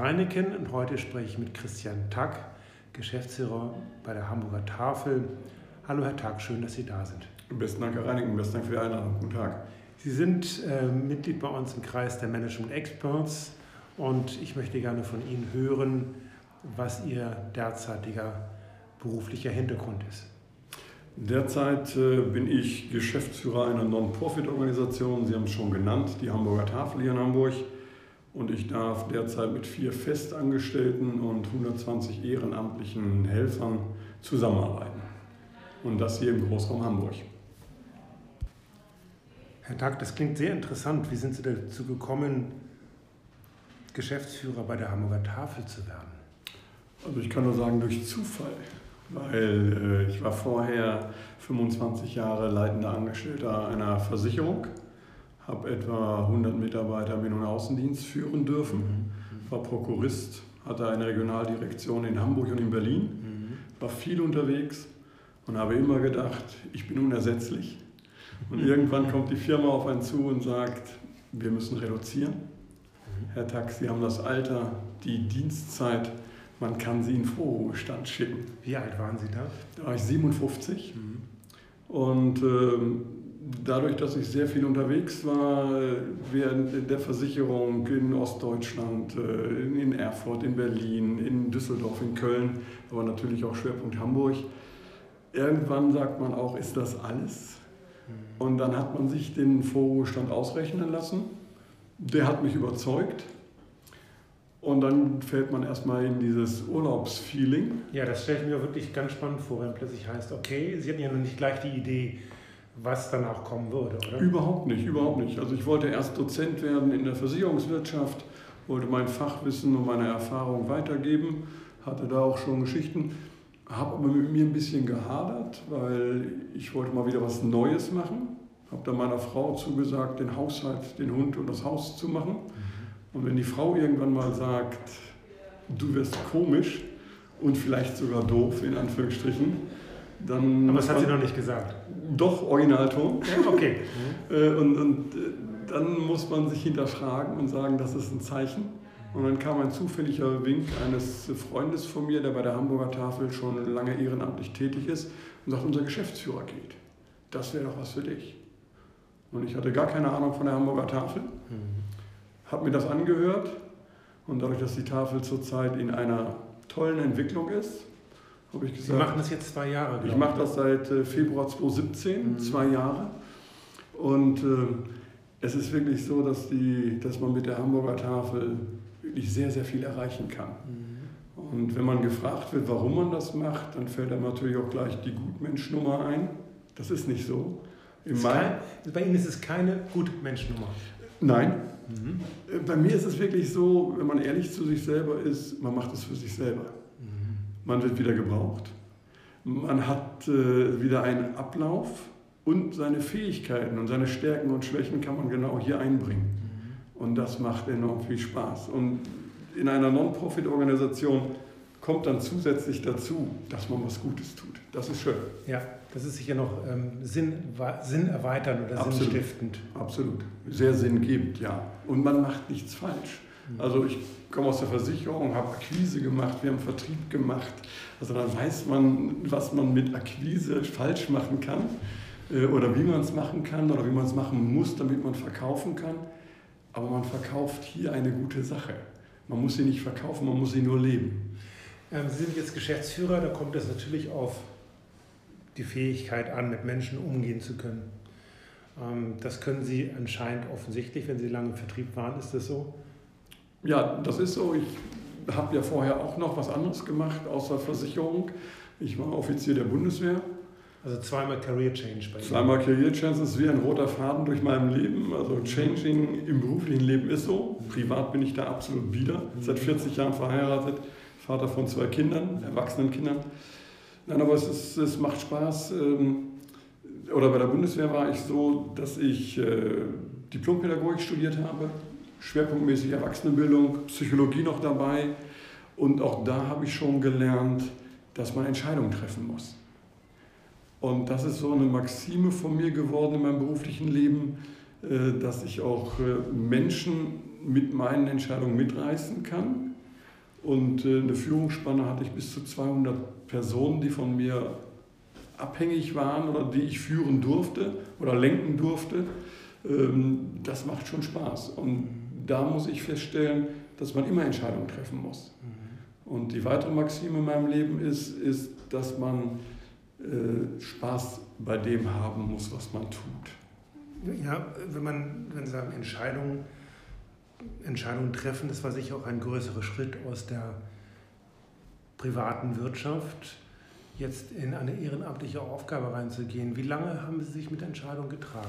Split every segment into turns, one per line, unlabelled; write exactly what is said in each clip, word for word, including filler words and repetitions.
Reineken und heute spreche ich mit Christian Tack, Geschäftsführer bei der Hamburger Tafel. Hallo Herr Tack, schön, dass Sie da sind.
Besten Dank, Herr Reineken, besten Dank für die Einladung. Guten Tag.
Sie sind äh, Mitglied bei uns im Kreis der Management Experts und ich möchte gerne von Ihnen hören, was Ihr derzeitiger beruflicher Hintergrund ist.
Derzeit äh, bin ich Geschäftsführer einer Non-Profit-Organisation, Sie haben es schon genannt, die Hamburger Tafel hier in Hamburg. Und ich darf derzeit mit vier Festangestellten und hundertzwanzig ehrenamtlichen Helfern zusammenarbeiten. Und das hier im Großraum Hamburg.
Herr Tack, das klingt sehr interessant. Wie sind Sie dazu gekommen, Geschäftsführer bei der Hamburger Tafel zu werden?
Also ich kann nur sagen, durch Zufall. Weil äh, ich war vorher fünfundzwanzig Jahre leitender Angestellter einer Versicherung, habe etwa hundert Mitarbeiter im In- und Außendienst führen dürfen, war Prokurist, hatte eine Regionaldirektion in Hamburg und in Berlin, war viel unterwegs und habe immer gedacht, ich bin unersetzlich. Und irgendwann kommt die Firma auf einen zu und sagt, wir müssen reduzieren. Herr Tack, Sie haben das Alter, die Dienstzeit, man kann Sie in Vorruhestand schicken.
Wie alt waren Sie da?
Da war ich siebenundfünfzig. Mhm. Und ähm, dadurch, dass ich sehr viel unterwegs war, während der Versicherung in Ostdeutschland, äh, in Erfurt, in Berlin, in Düsseldorf, in Köln, aber natürlich auch Schwerpunkt Hamburg, irgendwann sagt man auch, ist das alles? Mhm. Und dann hat man sich den Vorruhestand ausrechnen lassen. Der hat mich überzeugt. Und dann fällt man erstmal in dieses Urlaubsfeeling.
Ja, das stelle ich mir wirklich ganz spannend vor, wenn plötzlich heißt, okay, Sie hatten ja noch nicht gleich die Idee, was danach kommen würde, oder?
Überhaupt nicht, überhaupt nicht. Also ich wollte erst Dozent werden in der Versicherungswirtschaft, wollte mein Fachwissen und meine Erfahrung weitergeben, hatte da auch schon Geschichten, habe aber mit mir ein bisschen gehadert, weil ich wollte mal wieder was Neues machen. Habe dann meiner Frau zugesagt, den Haushalt, den Hund und das Haus zu machen. Und wenn die Frau irgendwann mal sagt, du wirst komisch und vielleicht sogar doof, in Anführungsstrichen, dann...
Aber das hat sie noch nicht gesagt.
Doch, Originalton.
Ja, okay.
Mhm. Und, und dann muss man sich hinterfragen und sagen, das ist ein Zeichen. Und dann kam ein zufälliger Wink eines Freundes von mir, der bei der Hamburger Tafel schon lange ehrenamtlich tätig ist, und sagt, unser Geschäftsführer geht. Das wäre doch was für dich. Und ich hatte gar keine Ahnung von der Hamburger Tafel. Mhm. Habe mir das angehört und dadurch, dass die Tafel zurzeit in einer tollen Entwicklung ist, habe ich gesagt...
Sie machen das jetzt zwei Jahre,
Ich mache das seit Februar zweitausendsiebzehn, mhm. zwei Jahre. Und äh, es ist wirklich so, dass, die, dass man mit der Hamburger Tafel wirklich sehr, sehr viel erreichen kann. Mhm. Und wenn man gefragt wird, warum man das macht, dann fällt einem natürlich auch gleich die Gutmenschnummer ein. Das ist nicht so.
Im kein, bei Ihnen ist es keine Gutmenschnummer?
Nein. Mhm. Bei mir ist es wirklich so, wenn man ehrlich zu sich selber ist, man macht es für sich selber. Mhm. Man wird wieder gebraucht, man hat äh, wieder einen Ablauf und seine Fähigkeiten und seine Stärken und Schwächen kann man genau hier einbringen. Mhm. Und das macht enorm viel Spaß. Und in einer Non-Profit-Organisation kommt dann zusätzlich dazu, dass man was Gutes tut. Das ist schön.
Ja, das ist sicher noch ähm, Sinn, sinnerweiternd oder
Absolut.
Sinnstiftend.
Absolut. Sehr sinngebend, ja. Und man macht nichts falsch. Mhm. Also ich komme aus der Versicherung, habe Akquise gemacht, wir haben Vertrieb gemacht. Also dann weiß man, was man mit Akquise falsch machen kann äh, oder wie man es machen kann oder wie man es machen muss, damit man verkaufen kann. Aber man verkauft hier eine gute Sache. Man muss sie nicht verkaufen, man muss sie nur leben.
Sie sind jetzt Geschäftsführer, da kommt es natürlich auf die Fähigkeit an, mit Menschen umgehen zu können. Das können Sie anscheinend offensichtlich, wenn Sie lange im Vertrieb waren, ist das so?
Ja, das ist so. Ich habe ja vorher auch noch was anderes gemacht, außer Versicherung. Ich war Offizier der Bundeswehr.
Also zweimal Career Change bei Ihnen?
Zweimal Career Change, das ist wie ein roter Faden durch mein Leben. Also Changing im beruflichen Leben ist so. Privat bin ich da absolut wieder. Seit vierzig Jahren verheiratet. Vater von zwei Kindern, erwachsenen Kindern. Nein, aber es, ist, es macht Spaß. Oder bei der Bundeswehr war ich so, dass ich Diplompädagogik studiert habe, schwerpunktmäßig Erwachsenenbildung, Psychologie noch dabei. Und auch da habe ich schon gelernt, dass man Entscheidungen treffen muss. Und das ist so eine Maxime von mir geworden in meinem beruflichen Leben, dass ich auch Menschen mit meinen Entscheidungen mitreißen kann. Und eine Führungsspanne hatte ich bis zu zweihundert Personen, die von mir abhängig waren oder die ich führen durfte oder lenken durfte. Das macht schon Spaß. Und da muss ich feststellen, dass man immer Entscheidungen treffen muss. Und die weitere Maxime in meinem Leben ist, ist dass man äh, Spaß bei dem haben muss, was man tut.
Ja, wenn man, wenn Sie sagen, Entscheidungen, Entscheidungen treffen, das war sicher auch ein größerer Schritt aus der privaten Wirtschaft, jetzt in eine ehrenamtliche Aufgabe reinzugehen. Wie lange haben Sie sich mit der Entscheidung getragen?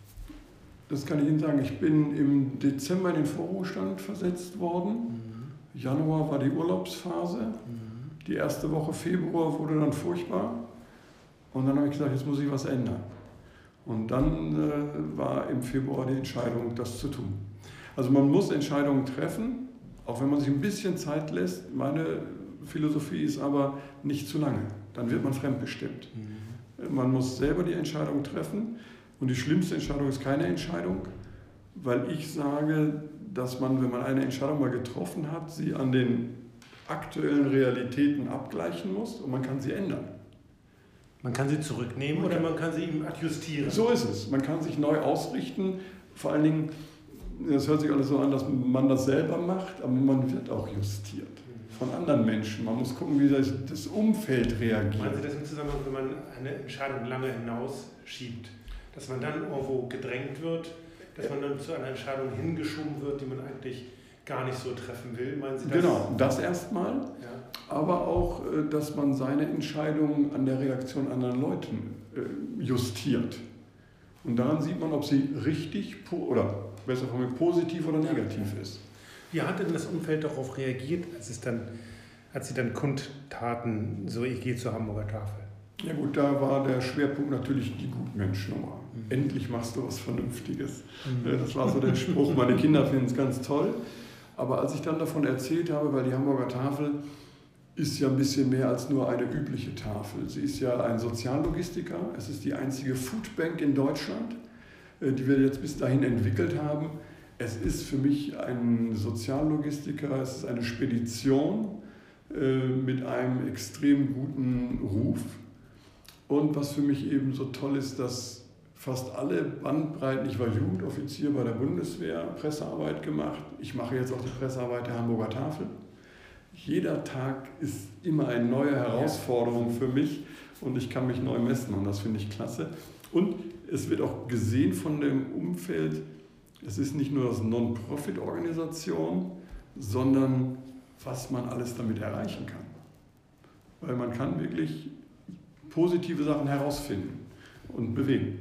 Das kann ich Ihnen sagen. Ich bin im Dezember in den Vorruhestand versetzt worden. Mhm. Januar war die Urlaubsphase. Mhm. Die erste Woche Februar wurde dann furchtbar. Und dann habe ich gesagt, jetzt muss ich was ändern. Und dann äh, war im Februar die Entscheidung, das zu tun. Also man muss Entscheidungen treffen, auch wenn man sich ein bisschen Zeit lässt. Meine Philosophie ist aber nicht zu lange. Dann wird man fremdbestimmt. Mhm. Man muss selber die Entscheidung treffen. Und die schlimmste Entscheidung ist keine Entscheidung, weil ich sage, dass man, wenn man eine Entscheidung mal getroffen hat, sie an den aktuellen Realitäten abgleichen muss und man kann sie ändern.
Man kann sie zurücknehmen man oder man kann sie eben adjustieren.
So ist es. Man kann sich neu ausrichten. Vor allen Dingen, das hört sich alles so an, dass man das selber macht, aber man wird auch justiert von anderen Menschen. Man muss gucken, wie das, das Umfeld reagiert.
Meinen Sie das im Zusammenhang, wenn man eine Entscheidung lange hinausschiebt? Dass man dann irgendwo gedrängt wird, dass man dann zu einer Entscheidung hingeschoben wird, die man eigentlich gar nicht so treffen will, meinen Sie das?
Genau, das erstmal, ja. Aber auch, dass man seine Entscheidungen an der Reaktion anderer Leuten justiert. Und daran sieht man, ob sie richtig oder besser formuliert positiv oder negativ ist.
Wie hat denn das Umfeld darauf reagiert, als, es dann, als Sie dann kundtaten, so ich gehe zur Hamburger Tafel?
Ja gut, da war der Schwerpunkt natürlich die Gutmenschnummer. Mhm. Endlich machst du was Vernünftiges. Mhm. Das war so der Spruch. Meine Kinder finden es ganz toll. Aber als ich dann davon erzählt habe, weil die Hamburger Tafel ist ja ein bisschen mehr als nur eine übliche Tafel. Sie ist ja ein Soziallogistiker. Es ist die einzige Foodbank in Deutschland, die wir jetzt bis dahin entwickelt haben. Es ist für mich ein Soziallogistiker, es ist eine Spedition mit einem extrem guten Ruf. Und was für mich eben so toll ist, dass fast alle Bandbreiten, ich war Jugendoffizier bei der Bundeswehr, Pressearbeit gemacht, ich mache jetzt auch die Pressearbeit der Hamburger Tafel. Jeder Tag ist immer eine neue Herausforderung für mich und ich kann mich neu messen und das finde ich klasse. Und es wird auch gesehen von dem Umfeld, es ist nicht nur eine Non-Profit-Organisation, sondern was man alles damit erreichen kann. Weil man kann wirklich positive Sachen herausfinden und bewegen.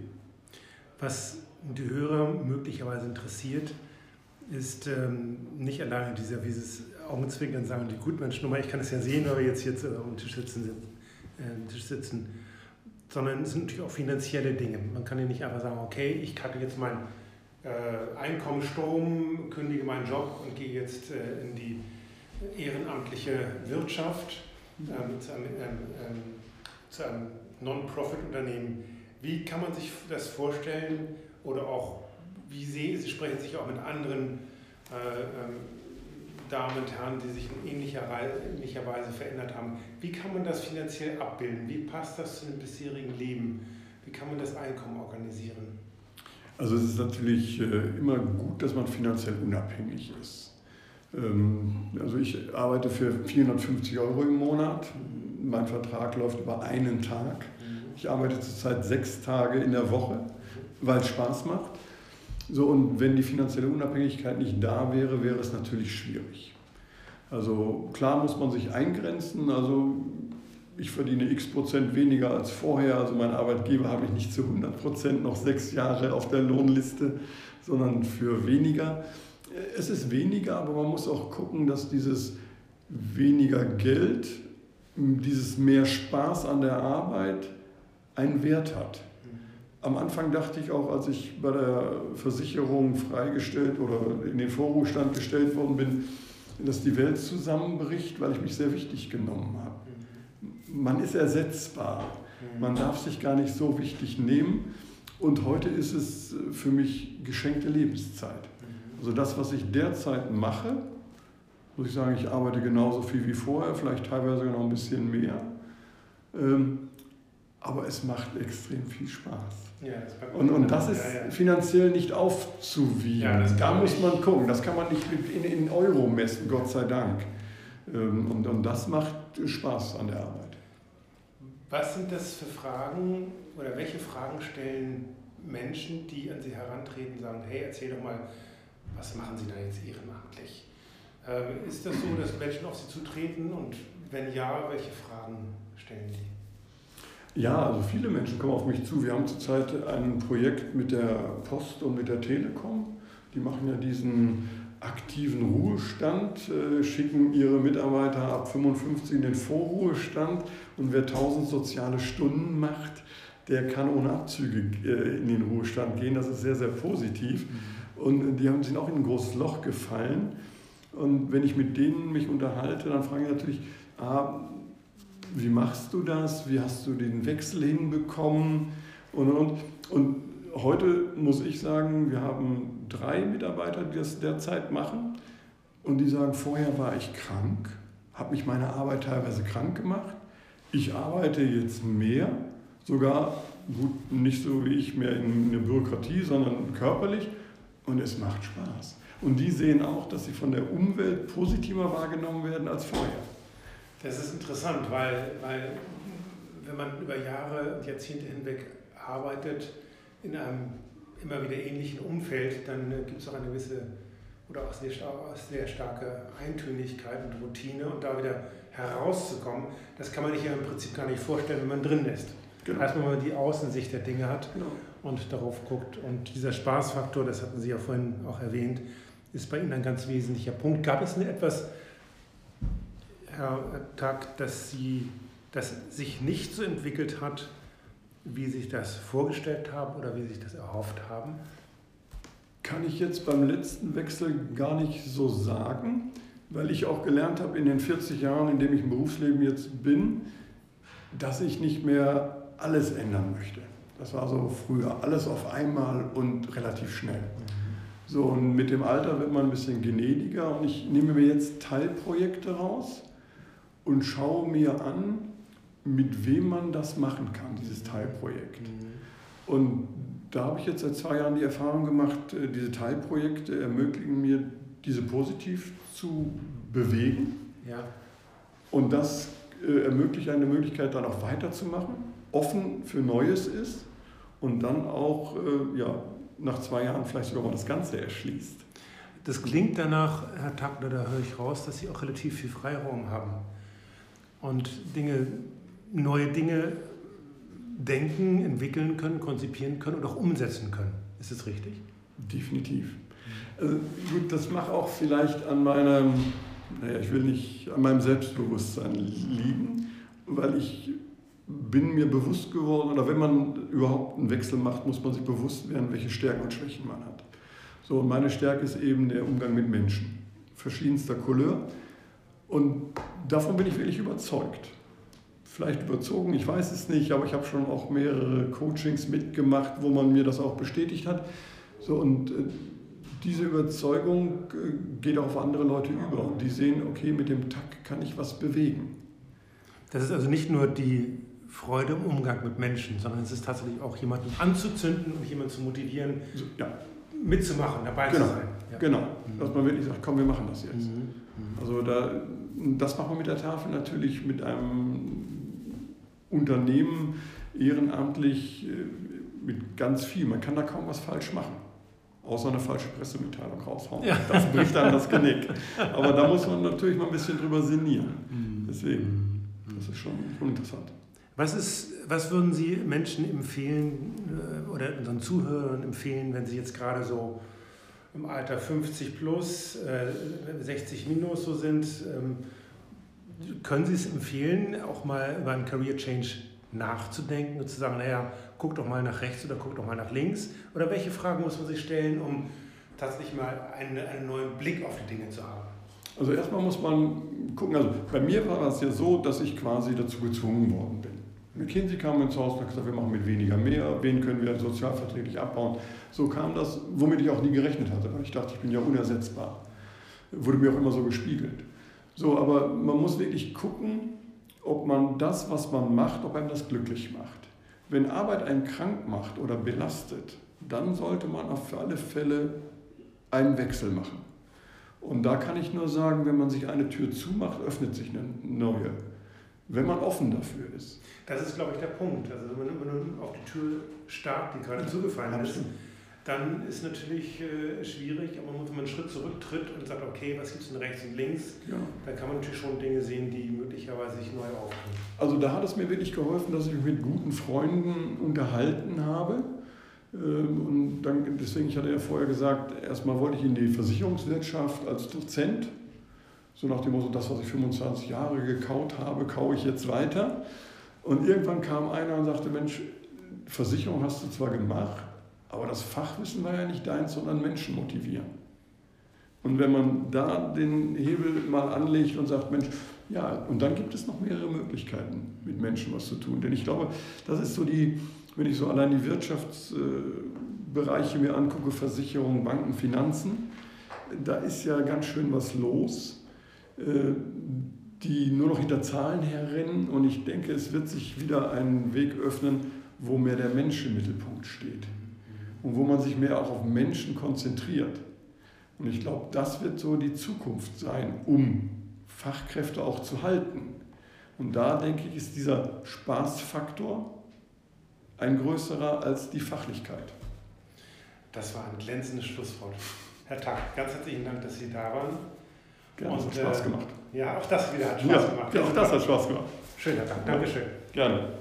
Was die Hörer möglicherweise interessiert, ist ähm, nicht alleine dieser, dieses Augenzwinkern sagen, die Gutmenschnummer, ich kann es ja sehen, weil wir jetzt hier äh, am Tisch sitzen, äh, Tisch sitzen, sondern es sind natürlich auch finanzielle Dinge. Man kann ja nicht einfach sagen, okay, ich cutte jetzt mein äh, Einkommenstrom, kündige meinen Job und gehe jetzt äh, in die ehrenamtliche Wirtschaft ähm, zu einem, ähm, zu einem Non-Profit-Unternehmen. Wie kann man sich das vorstellen oder auch, wie Sie, Sie sprechen sich auch mit anderen äh, ähm, Damen und Herren, die sich in ähnlicher, ähnlicher Weise verändert haben. Wie kann man das finanziell abbilden? Wie passt das zu dem bisherigen Leben? Wie kann man das Einkommen organisieren?
Also es ist natürlich äh, immer gut, dass man finanziell unabhängig ist. Ähm, also ich arbeite für vierhundertfünfzig Euro im Monat. Mein Vertrag läuft über einen Tag. Ich arbeite zurzeit sechs Tage in der Woche, weil es Spaß macht. So, und wenn die finanzielle Unabhängigkeit nicht da wäre, wäre es natürlich schwierig. Also klar muss man sich eingrenzen. Also ich verdiene x Prozent weniger als vorher. Also mein Arbeitgeber habe ich nicht zu hundert Prozent noch sechs Jahre auf der Lohnliste, sondern für weniger. Es ist weniger, aber man muss auch gucken, dass dieses weniger Geld, dieses mehr Spaß an der Arbeit einen Wert hat. Am Anfang dachte ich auch, als ich bei der Versicherung freigestellt oder in den Vorruhestand gestellt worden bin, dass die Welt zusammenbricht, weil ich mich sehr wichtig genommen habe. Man ist ersetzbar. Man darf sich gar nicht so wichtig nehmen. Und heute ist es für mich geschenkte Lebenszeit. Also das, was ich derzeit mache, muss ich sagen, ich arbeite genauso viel wie vorher, vielleicht teilweise sogar noch ein bisschen mehr. Ähm, aber es macht extrem viel Spaß.
Ja, das
und, und das ist ja, ja. finanziell nicht aufzuwiegen. Ja, da muss man gucken. Das kann man nicht in, in Euro messen, Gott sei Dank. Ähm, und, und das macht Spaß an der Arbeit.
Was sind das für Fragen oder welche Fragen stellen Menschen, die an Sie herantreten, sagen, hey, erzähl doch mal, was machen Sie da jetzt ehrenamtlich? Ähm, ist das so, dass Menschen auf Sie zutreten und wenn ja, welche Fragen stellen Sie?
Ja, also viele Menschen kommen auf mich zu. Wir haben zurzeit ein Projekt mit der Post und mit der Telekom. Die machen ja diesen aktiven Ruhestand, äh, schicken ihre Mitarbeiter ab fünfundfünfzig in den Vorruhestand und wer tausend soziale Stunden macht, der kann ohne Abzüge äh, in den Ruhestand gehen. Das ist sehr, sehr positiv. Und die haben, sind auch in ein großes Loch gefallen. Und wenn ich mit denen mich unterhalte, dann frage ich natürlich, ah, wie machst du das? Wie hast du den Wechsel hinbekommen? Und, und, und heute muss ich sagen, wir haben drei Mitarbeiter, die das derzeit machen. Und die sagen, vorher war ich krank, habe mich meine Arbeit teilweise krank gemacht. Ich arbeite jetzt mehr, sogar gut, nicht so wie ich mehr in der Bürokratie, sondern körperlich. Und es macht Spaß. Und die sehen auch, dass sie von der Umwelt positiver wahrgenommen werden als vorher.
Das ist interessant, weil, weil wenn man über Jahre und Jahrzehnte hinweg arbeitet in einem immer wieder ähnlichen Umfeld, dann gibt es auch eine gewisse oder auch sehr, sehr starke Eintönigkeit und Routine und da wieder herauszukommen, das kann man sich ja im Prinzip gar nicht vorstellen, wenn man drin ist. Genau. Erst wenn man die Außensicht der Dinge hat genau. und darauf guckt. Und dieser Spaßfaktor, das hatten Sie ja vorhin auch erwähnt, ist bei Ihnen ein ganz wesentlicher Punkt. Gab es denn etwas, Herr Tag, dass, Sie, dass sich nicht so entwickelt hat, wie Sie sich das vorgestellt haben oder wie Sie sich das erhofft haben?
Kann ich jetzt beim letzten Wechsel gar nicht so sagen, weil ich auch gelernt habe in den vierzig Jahren, in denen ich im Berufsleben jetzt bin, dass ich nicht mehr alles ändern möchte. Das war so früher, alles auf einmal und relativ schnell. So, und mit dem Alter wird man ein bisschen gnädiger und ich nehme mir jetzt Teilprojekte raus und schaue mir an, mit wem man das machen kann, dieses Teilprojekt. Mhm. Und da habe ich jetzt seit zwei Jahren die Erfahrung gemacht, diese Teilprojekte ermöglichen mir, diese positiv zu bewegen.
Ja.
Und das äh, ermöglicht eine Möglichkeit, dann auch weiterzumachen, offen für Neues ist und dann auch äh, ja, nach zwei Jahren vielleicht sogar mal das Ganze erschließt.
Das klingt danach, Herr Tackner, da höre ich raus, dass Sie auch relativ viel Freiraum haben und Dinge, neue Dinge denken, entwickeln können, konzipieren können und auch umsetzen können. Ist das richtig?
Definitiv. Also, gut, das mag auch vielleicht an meinem, naja, ich will nicht an meinem Selbstbewusstsein liegen, weil ich bin mir bewusst geworden, oder wenn man überhaupt einen Wechsel macht, muss man sich bewusst werden, welche Stärken und Schwächen man hat. So, und meine Stärke ist eben der Umgang mit Menschen, verschiedenster Couleur. Und davon bin ich wirklich überzeugt. Vielleicht überzogen, ich weiß es nicht, aber ich habe schon auch mehrere Coachings mitgemacht, wo man mir das auch bestätigt hat. So, und äh, diese Überzeugung äh, geht auch auf andere Leute über. Und die sehen, okay, mit dem Tack kann ich was bewegen.
Das ist also nicht nur die Freude im Umgang mit Menschen, sondern es ist tatsächlich auch jemanden anzuzünden und jemanden zu motivieren,
so, ja.
mitzumachen, dabei
genau.
zu sein.
Ja. Genau, mhm. dass man wirklich sagt, komm, wir machen das jetzt. Mhm. Also da, das macht man mit der Tafel natürlich mit einem Unternehmen ehrenamtlich mit ganz viel. Man kann da kaum was falsch machen, außer eine falsche Pressemitteilung raushauen. Ja. Das bricht dann das Genick. Aber da muss man natürlich mal ein bisschen drüber sinnieren. Mhm. Deswegen, das ist schon, schon interessant.
Was, ist, was würden Sie Menschen empfehlen oder unseren Zuhörern empfehlen, wenn sie jetzt gerade so im Alter fünfzig plus, sechzig minus so sind? Können Sie es empfehlen, auch mal über einen Career Change nachzudenken und zu sagen, naja, guck doch mal nach rechts oder guck doch mal nach links? Oder welche Fragen muss man sich stellen, um tatsächlich mal einen, einen neuen Blick auf die Dinge zu haben?
Also erstmal muss man gucken, also bei mir war es ja so, dass ich quasi dazu gezwungen worden bin. McKinsey kam ins Haus und hat gesagt, wir machen mit weniger mehr, wen können wir sozialverträglich abbauen. So kam das, womit ich auch nie gerechnet hatte, weil ich dachte, ich bin ja unersetzbar. Wurde mir auch immer so gespiegelt. So, aber man muss wirklich gucken, ob man das, was man macht, ob einem das glücklich macht. Wenn Arbeit einen krank macht oder belastet, dann sollte man auf alle Fälle einen Wechsel machen. Und da kann ich nur sagen, wenn man sich eine Tür zumacht, öffnet sich eine neue. Wenn man offen dafür ist.
Das ist, glaube ich, der Punkt. Also wenn man, wenn man auf die Tür starrt, die gerade zugefallen ist, dann ist natürlich äh, schwierig, aber wenn man einen Schritt zurücktritt und sagt, okay, was gibt es denn rechts und links, ja. dann kann man natürlich schon Dinge sehen, die möglicherweise sich neu auftun.
Also da hat es mir wirklich geholfen, dass ich mich mit guten Freunden unterhalten habe. Und dann, deswegen, ich hatte ja vorher gesagt, erstmal wollte ich in die Versicherungswirtschaft als Dozent. So nach dem Motto, das, was ich fünfundzwanzig Jahre gekaut habe, kaue ich jetzt weiter. Und irgendwann kam einer und sagte, Mensch, Versicherung hast du zwar gemacht, aber das Fachwissen war ja nicht deins, sondern Menschen motivieren. Und wenn man da den Hebel mal anlegt und sagt, Mensch, ja, und dann gibt es noch mehrere Möglichkeiten, mit Menschen was zu tun. Denn ich glaube, das ist so die, wenn ich so allein die Wirtschaftsbereiche mir angucke, Versicherung, Banken, Finanzen, da ist ja ganz schön was los, die nur noch hinter Zahlen herrennen. Und ich denke, es wird sich wieder einen Weg öffnen, wo mehr der Mensch im Mittelpunkt steht. Und wo man sich mehr auch auf Menschen konzentriert. Und ich glaube, das wird so die Zukunft sein, um Fachkräfte auch zu halten. Und da, denke ich, ist dieser Spaßfaktor ein größerer als die Fachlichkeit.
Das war ein glänzendes Schlusswort. Herr Tack, ganz herzlichen Dank, dass Sie da waren.
Gerne, es hat Spaß gemacht.
Ja, auch das wieder hat Spaß
ja,
gemacht.
Ja, auch das hat Spaß gemacht.
Schön, Herr Tack. Dankeschön.
Gerne.